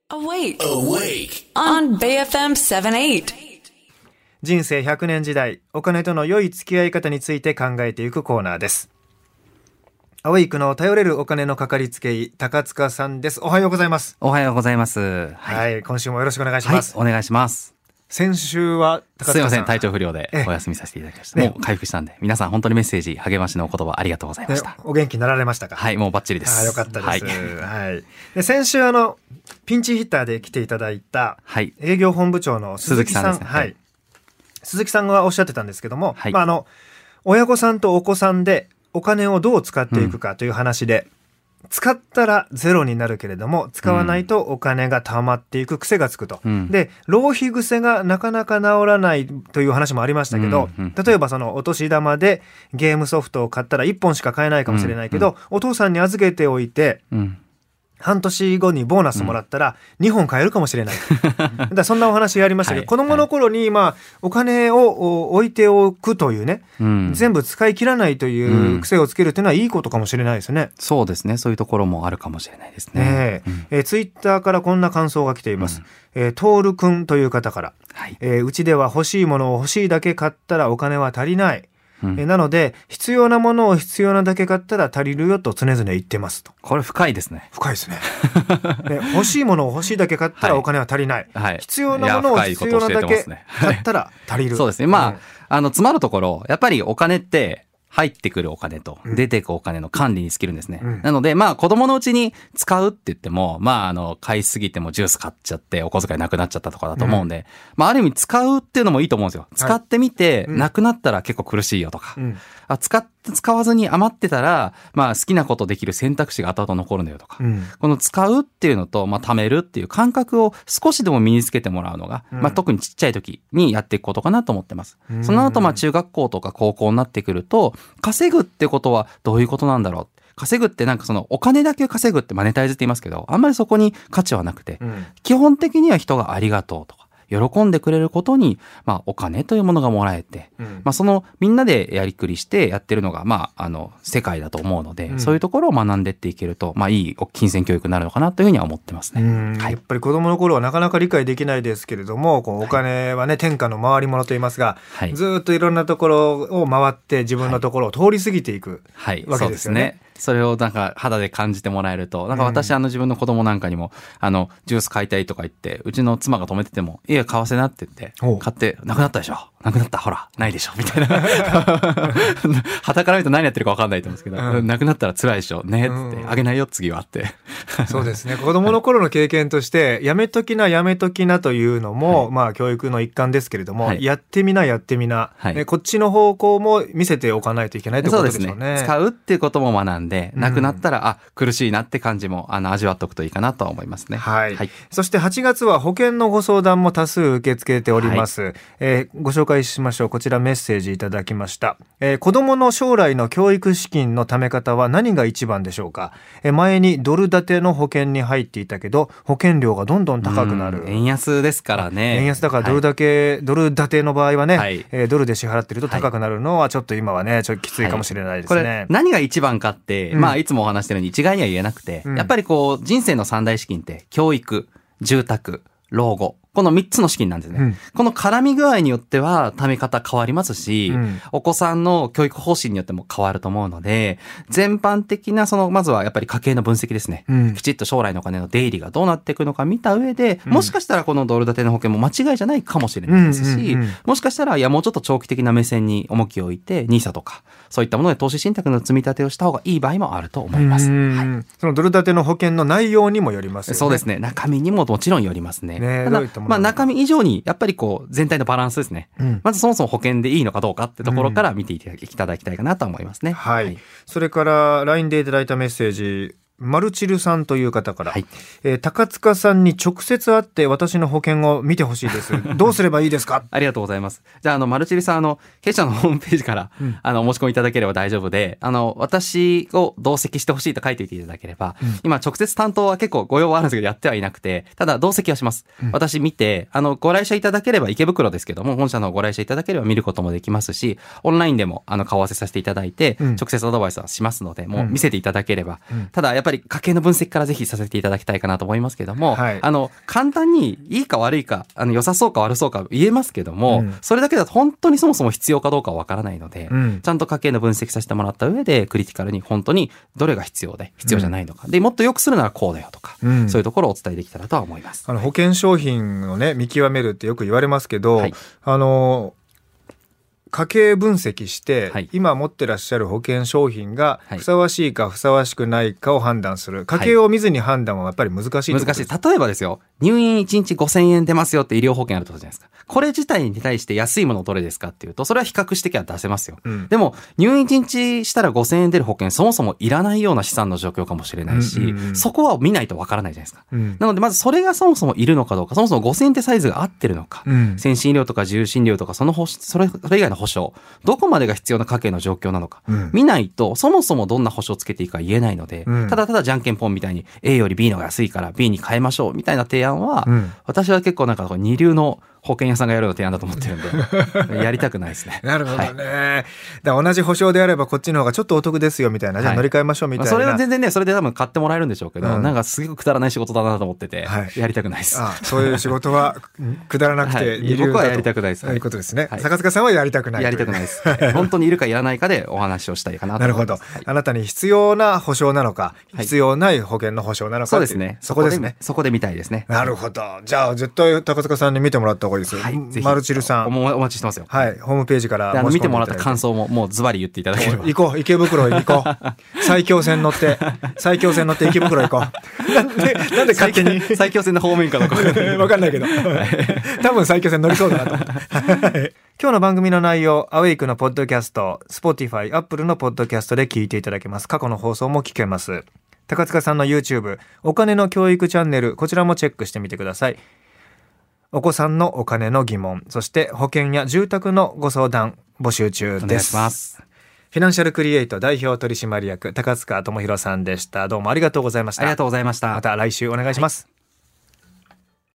Awake on BFM 78。 人生100年時代、お金との良い付き合い方について考えていくコーナーです。アウェイクの頼れるお金のかかりつけ医、高塚さんです。おはようございます。 おはようございます。 はい、今週もよろしくお願いします。 はい、お願いします。 先週は高塚さん、 すいません、体調不良でお休みさせていただきました。もう回復したんで、皆さん本当にメッセージ、励ましのお言葉ありがとうございました。 お元気になられましたか？ はい、もうバッチリです。 よかったです。はい。で、先週ピンチヒッターで来ていただいた、営業本部長の鈴木さんですね。はい。鈴木さんがおっしゃってたんですけども、はい、親御さんとお子さんでお金をどう使っていくかという話で、使ったらゼロになるけれども使わないとお金が溜まっていく癖がつくと、で浪費癖がなかなか治らないという話もありましたけど、例えばそのお年玉でゲームソフトを買ったら1本しか買えないかもしれないけど、お父さんに預けておいて、半年後にボーナスもらったら2本買えるかもしれないだそんなお話やりましたけど、子供の頃にお金を置いておくというね、全部使い切らないという癖をつけるというのはいいことかもしれないですね。 そうですね、そういうところもあるかもしれないですね。 ツイッターからこんな感想が来ています。トールくんという方から、うちでは欲しいものを欲しいだけ買ったらお金は足りない、なので必要なものを必要なだけ買ったら足りるよと常々言ってますと。 これ深いですね。 深いですね欲しいものを欲しいだけ買ったらお金は足りない、必要なものを必要なだけ買ったら足りるそうですね。詰まるところやっぱりお金って入ってくるお金と出ていくお金の管理に尽きるんですね。なので子供のうちに使うって言っても買いすぎてもジュース買っちゃってお小遣いなくなっちゃったとかだと思うんで、ある意味使うっていうのもいいと思うんですよ。使ってみてなくなったら結構苦しいよとか、使わずに余ってたら好きなことできる選択肢が後々残るんだよとか、この使うっていうのと貯めるっていう感覚を少しでも身につけてもらうのが、特にちっちゃい時にやっていくことかなと思ってます。その後中学校とか高校になってくると、稼ぐってことはどういうことなんだろう。稼ぐってお金だけ稼ぐってマネタイズって言いますけど、あんまりそこに価値はなくて、基本的には人がありがとうとか喜んでくれることに、お金というものがもらえて、そのみんなでやりくりしてやってるのが、世界だと思うので、そういうところを学んでっていけると、いい金銭教育になるのかなというふうには思ってますね。 やっぱり子供の頃はなかなか理解できないですけれども、お金はね、天下の回り物と言いますが、ずっといろんなところを回って自分のところを通り過ぎていくわけですよね。 それを肌で感じてもらえると、私自分の子供なんかにもジュース買いたいとか言って、うちの妻が止めてても、いや買わせなって言って買って、なくなったでしょ、なくなった、ほらないでしょみたいな傍から見ると何やってるか分かんないと思うんですけど、なくなったら辛いでしょねってあげないよ次はってそうですね、子供の頃の経験としてやめときなやめときなというのも、教育の一環ですけれども、やってみなやってみな、こっちの方向も見せておかないといけないということですよね。 そうですね、使うっていうことも学んで、なくなったら苦しいなって感じも味わっておくといいかなとは思いますね。 そして8月は保険のご相談も多数受け付けております。ご紹介しましょう。こちらメッセージいただきました。子どもの将来の教育資金の貯め方は何が一番でしょうか。前にドル建ての保険に入っていたけど保険料がどんどん高くなる。 円安ですからね。 円安だからドル建ての場合はね、ドルで支払ってると高くなるのはちょっと今はねちょっときついかもしれないですね。 これ何が一番かって、いつもお話してるように一概には言えなくて、やっぱり人生の三大資金って教育、住宅、老後、この3つの資金なんですね。この絡み具合によっては貯め方変わりますし、お子さんの教育方針によっても変わると思うので、全般的なまずはやっぱり家計の分析ですね。きちっと将来のお金の出入りがどうなっていくのか見た上で、もしかしたらこのドル建ての保険も間違いじゃないかもしれないですし、もしかしたらもうちょっと長期的な目線に重きを置いて NISA とかそういったもので投資信託の積み立てをした方がいい場合もあると思います。 そのドル建ての保険の内容にもよりますよね。 そうですね、中身にももちろんよりますね。ただ中身以上にやっぱり全体のバランスですね。まずそもそも保険でいいのかどうかってところから見ていただきたいかなと思いますね。 それから LINE でいただいたメッセージ、マルチルさんという方から、高塚さんに直接会って私の保険を見てほしいですどうすればいいですかありがとうございます。じゃあマルチルさん弊社のホームページから、お申し込みいただければ大丈夫で、私を同席してほしいと書いておいていただければ、今直接担当は結構ご要望あるんですけどやってはいなくて、ただ同席はします。私見てご来社いただければ、池袋ですけども本社のご来社いただければ見ることもできますし、オンラインでも顔合わせさせていただいて、直接アドバイスはしますので、もう見せていただければ、ただやっぱりぱり家計の分析からぜひさせていただきたいかなと思いますけども、 はい、 簡単にいいか悪いか、良さそうか悪そうか言えますけども、それだけだと本当にそもそも必要かどうかわからないので、ちゃんと家計の分析させてもらった上で、クリティカルに本当にどれが必要で、必要じゃないのか。で、もっと良くするならこうだよとか、そういうところをお伝えできたらとは思います。 保険商品をね、見極めるってよく言われますけど、はい、家計分析して、はい、今持ってらっしゃる保険商品がふさわしいかふさわしくないかを判断する。家計を見ずに判断はやっぱり難しい。 難しい。例えばですよ、入院1日5000円出ますよって医療保険あるとするじゃないですか。これ自体に対して安いものどれですかっていうと、それは比較してきゃ出せますよ。でも、入院1日したら5000円出る保険、そもそもいらないような資産の状況かもしれないし、そこは見ないとわからないじゃないですか。なので、まずそれがそもそもいるのかどうか、そもそも5000円ってサイズが合ってるのか、先進医療とか自由診療とか、それ以外の保障、どこまでが必要な家計の状況なのか、見ないと、そもそもどんな保障をつけていいか言えないので、ただただじゃんけんポンみたいに A より B の方が安いから B に変えましょうみたいな提案は、私は結構なんか二流の保険屋さんがやるような提案だと思ってるんでやりたくないですね。 なるほどね、はい、だから同じ保証であればこっちの方がちょっとお得ですよみたいな、じゃあ乗り換えましょうみたいな、 それは全然ね、それで多分買ってもらえるんでしょうけど、なんかすごくくだらない仕事だなと思ってて、やりたくないです。 そういう仕事はくだらなくて二流だと、 僕はやりたくないです。 そういうことですね、坂塚さんはやりたくない。 やりたくないです。本当にいるかいらないかでお話をしたいかなと思います。 なるほど、あなたに必要な保証なのか、必要ない保険の保証なのか、 そうですね。 そこですね。 そこで見たいですね。 なるほど。じゃあ絶対高塚さんに見てもらった方がいいですよ。マルチルさん、 お待ちしてますよ。 はい、ホームページから見てもらった感想ももうズバリ言っていただければ。 行こう、池袋に行こう。埼京線乗って池袋行こう。なんで勝手に埼京線の方面かどうか分かんないけど、多分埼京線乗りそうだなと思って。今日の番組の内容、アウェイクのポッドキャスト、Spotify、Apple のポッドキャストで聞いていただけます。過去の放送も聞けます。高塚さんの YouTube、お金の教育チャンネル、こちらもチェックしてみてください。お子さんのお金の疑問、そして保険や住宅のご相談募集中です。お願いします。フィナンシャルクリエイト代表取締役高塚智博さんでした。どうもありがとうございました。 ありがとうございました。 また来週お願いします。